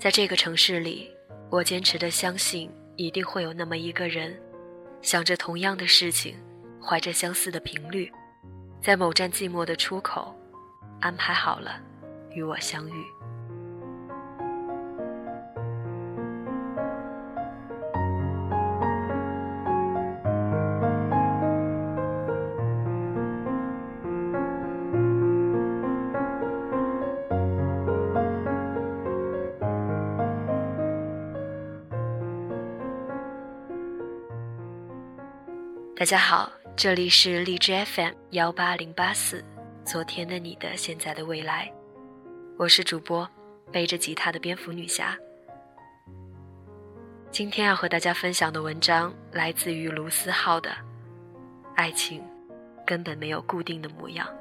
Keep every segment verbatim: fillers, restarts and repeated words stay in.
在这个城市里，我坚持地相信一定会有那么一个人，想着同样的事情，怀着相似的频率，在某站寂寞的出口安排好了与我相遇。大家好，这里是荔枝 F M 一八零八四，昨天的你的现在的未来，我是主播背着吉他的蝙蝠女侠。今天要和大家分享的文章来自于卢思浩的《爱情根本没有固定的模样》。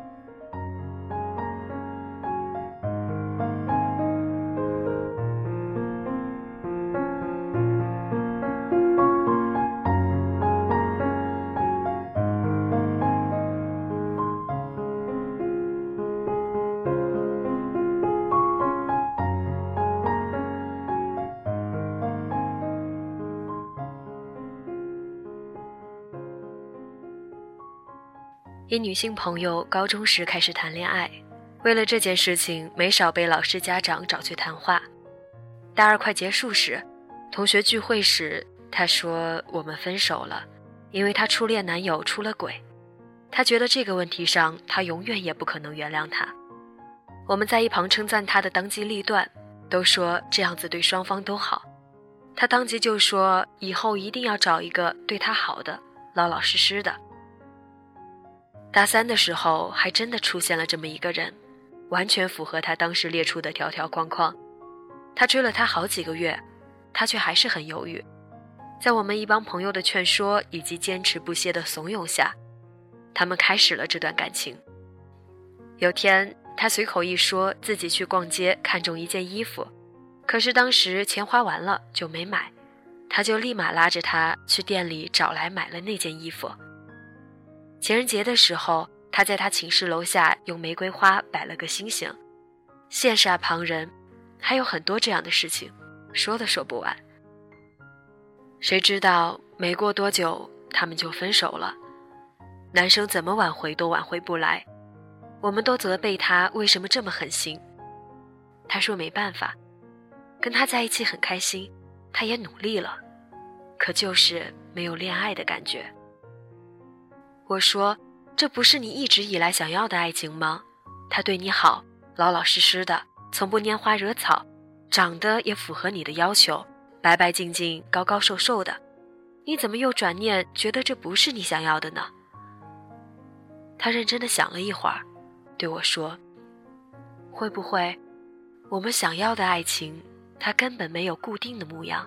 一女性朋友高中时开始谈恋爱，为了这件事情没少被老师家长找去谈话。大二快结束时，同学聚会时，她说我们分手了，因为她初恋男友出了轨。她觉得这个问题上她永远也不可能原谅他。我们在一旁称赞她的当机立断，都说这样子对双方都好。她当即就说以后一定要找一个对她好的，老老实实的。大三的时候还真的出现了这么一个人，完全符合他当时列出的条条框框。他追了他好几个月，他却还是很犹豫。在我们一帮朋友的劝说以及坚持不懈的怂恿下，他们开始了这段感情。有天他随口一说自己去逛街看中一件衣服，可是当时钱花完了就没买，他就立马拉着他去店里找来买了那件衣服。情人节的时候，他在他寝室楼下用玫瑰花摆了个星星，羡煞旁人，还有很多这样的事情，说都说不完。谁知道没过多久他们就分手了，男生怎么挽回都挽回不来，我们都责备他为什么这么狠心。他说没办法，跟他在一起很开心，他也努力了，可就是没有恋爱的感觉。我说，这不是你一直以来想要的爱情吗？他对你好，老老实实的，从不拈花惹草，长得也符合你的要求，白白净净，高高瘦瘦的，你怎么又转念觉得这不是你想要的呢？他认真地想了一会儿，对我说，会不会我们想要的爱情它根本没有固定的模样？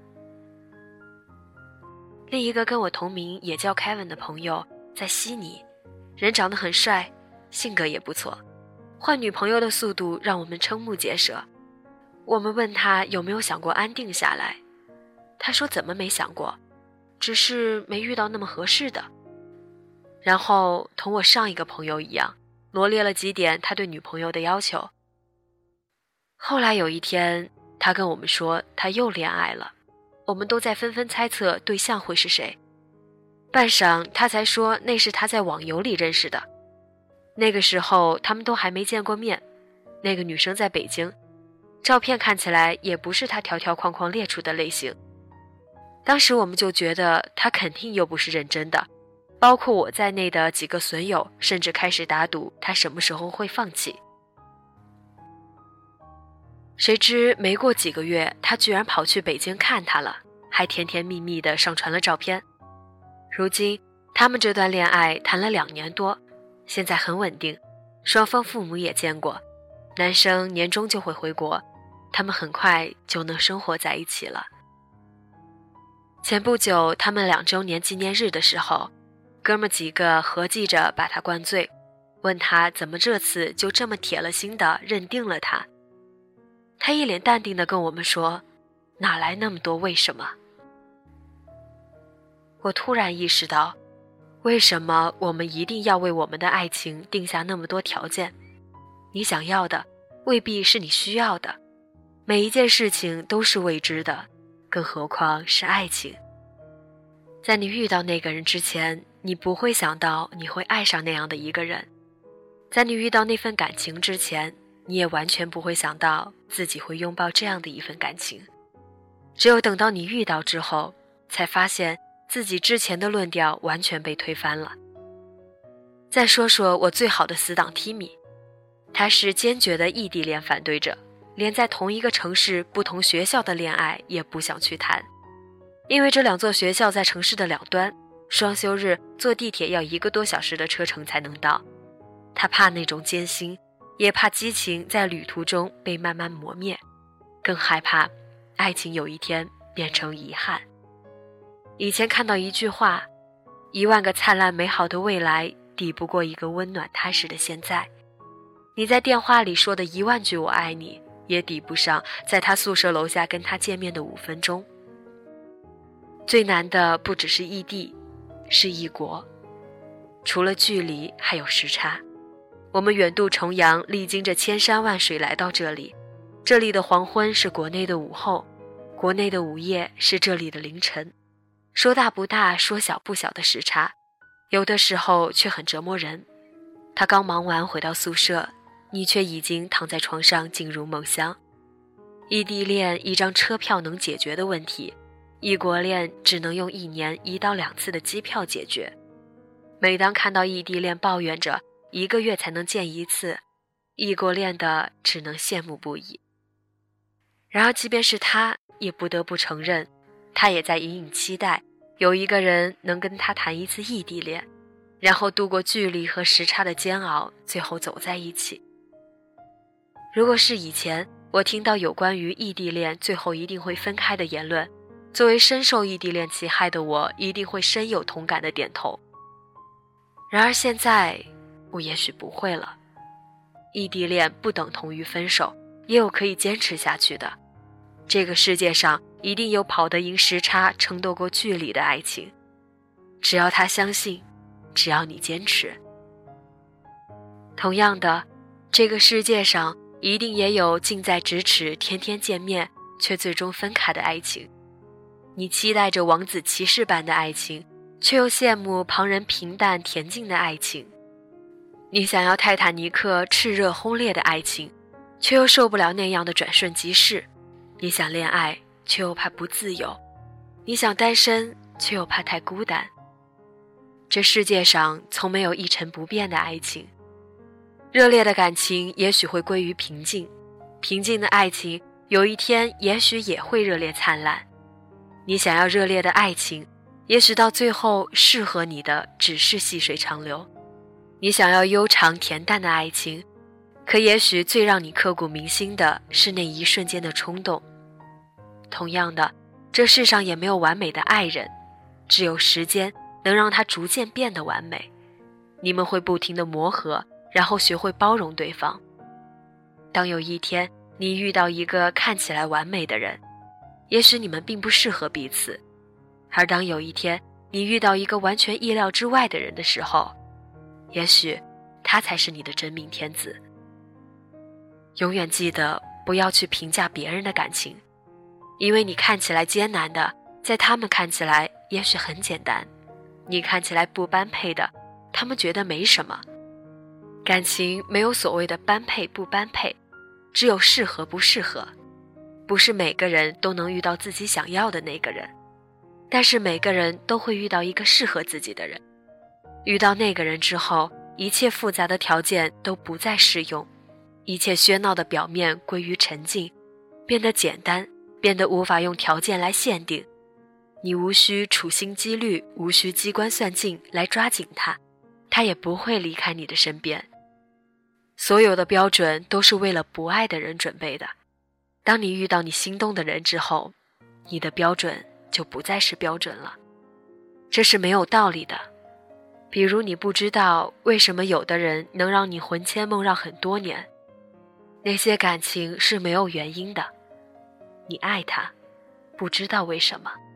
另一个跟我同名也叫 Kevin 的朋友在悉尼，人长得很帅，性格也不错，换女朋友的速度让我们瞠目结舌。我们问他有没有想过安定下来，他说怎么没想过，只是没遇到那么合适的。然后同我上一个朋友一样，罗列了几点他对女朋友的要求。后来有一天，他跟我们说他又恋爱了，我们都在纷纷猜测对象会是谁。半晌他才说那是他在网游里认识的，那个时候他们都还没见过面，那个女生在北京，照片看起来也不是他条条框框列出的类型。当时我们就觉得他肯定又不是认真的，包括我在内的几个损友甚至开始打赌他什么时候会放弃。谁知没过几个月，他居然跑去北京看他了，还甜甜蜜蜜地上传了照片。如今他们这段恋爱谈了两年多，现在很稳定，双方父母也见过，男生年终就会回国，他们很快就能生活在一起了。前不久他们两周年纪念日的时候，哥们几个合计着把他灌醉，问他怎么这次就这么铁了心的认定了他。他一脸淡定地跟我们说，哪来那么多为什么。我突然意识到，为什么我们一定要为我们的爱情定下那么多条件？你想要的未必是你需要的， 每一件事情都是未知的，更何况是爱情。在你遇到那个人之前，你不会想到你会爱上那样的一个人。在你遇到那份感情之前，你也完全不会想到自己会拥抱这样的一份感情。只有等到你遇到之后，才发现自己之前的论调完全被推翻了。再说说我最好的死党 Timmy， 他是坚决的异地恋反对者，连在同一个城市不同学校的恋爱也不想去谈，因为这两座学校在城市的两端，双休日坐地铁要一个多小时的车程才能到。他怕那种艰辛，也怕激情在旅途中被慢慢磨灭，更害怕爱情有一天变成遗憾。以前看到一句话，一万个灿烂美好的未来抵不过一个温暖踏实的现在。你在电话里说的一万句我爱你，也抵不上在他宿舍楼下跟他见面的五分钟。最难的不只是异地，是异国。除了距离，还有时差。我们远渡重洋，历经着千山万水来到这里，这里的黄昏是国内的午后，国内的午夜是这里的凌晨。说大不大，说小不小的时差，有的时候却很折磨人。他刚忙完回到宿舍，你却已经躺在床上进入梦乡。异地恋一张车票能解决的问题，异国恋只能用一年一到两次的机票解决。每当看到异地恋抱怨着一个月才能见一次，异国恋的只能羡慕不已。然而即便是他，也不得不承认，他也在隐隐期待有一个人能跟他谈一次异地恋，然后度过距离和时差的煎熬，最后走在一起。如果是以前，我听到有关于异地恋最后一定会分开的言论，作为深受异地恋其害的我，一定会深有同感的点头。然而现在，我也许不会了。异地恋不等同于分手，也有可以坚持下去的。这个世界上一定有跑得赢时差、撑得过距离的爱情。只要他相信，只要你坚持。同样的，这个世界上一定也有近在咫尺、天天见面却最终分开的爱情。你期待着王子骑士般的爱情，却又羡慕旁人平淡恬静的爱情。你想要泰坦尼克炽热轰烈的爱情，却又受不了那样的转瞬即逝。你想恋爱，却又怕不自由。你想单身，却又怕太孤单。这世界上从没有一成不变的爱情。热烈的感情也许会归于平静，平静的爱情有一天也许也会热烈灿烂。你想要热烈的爱情，也许到最后适合你的只是细水长流。你想要悠长恬淡的爱情，可也许最让你刻骨铭心的是那一瞬间的冲动。同样的，这世上也没有完美的爱人，只有时间能让它逐渐变得完美。你们会不停地磨合，然后学会包容对方。当有一天你遇到一个看起来完美的人，也许你们并不适合彼此，而当有一天你遇到一个完全意料之外的人的时候，也许他才是你的真命天子。永远记得不要去评价别人的感情，因为你看起来艰难的，在他们看起来也许很简单。你看起来不般配的，他们觉得没什么。感情没有所谓的般配不般配，只有适合不适合。不是每个人都能遇到自己想要的那个人，但是每个人都会遇到一个适合自己的人。遇到那个人之后，一切复杂的条件都不再适用，一切喧闹的表面归于沉静，变得简单，变得无法用条件来限定。你无需处心积虑，无需机关算尽来抓紧他，他也不会离开你的身边。所有的标准都是为了不爱的人准备的。当你遇到你心动的人之后，你的标准就不再是标准了。这是没有道理的。比如你不知道为什么有的人能让你魂牵梦绕很多年，那些感情是没有原因的。你爱他，不知道为什么。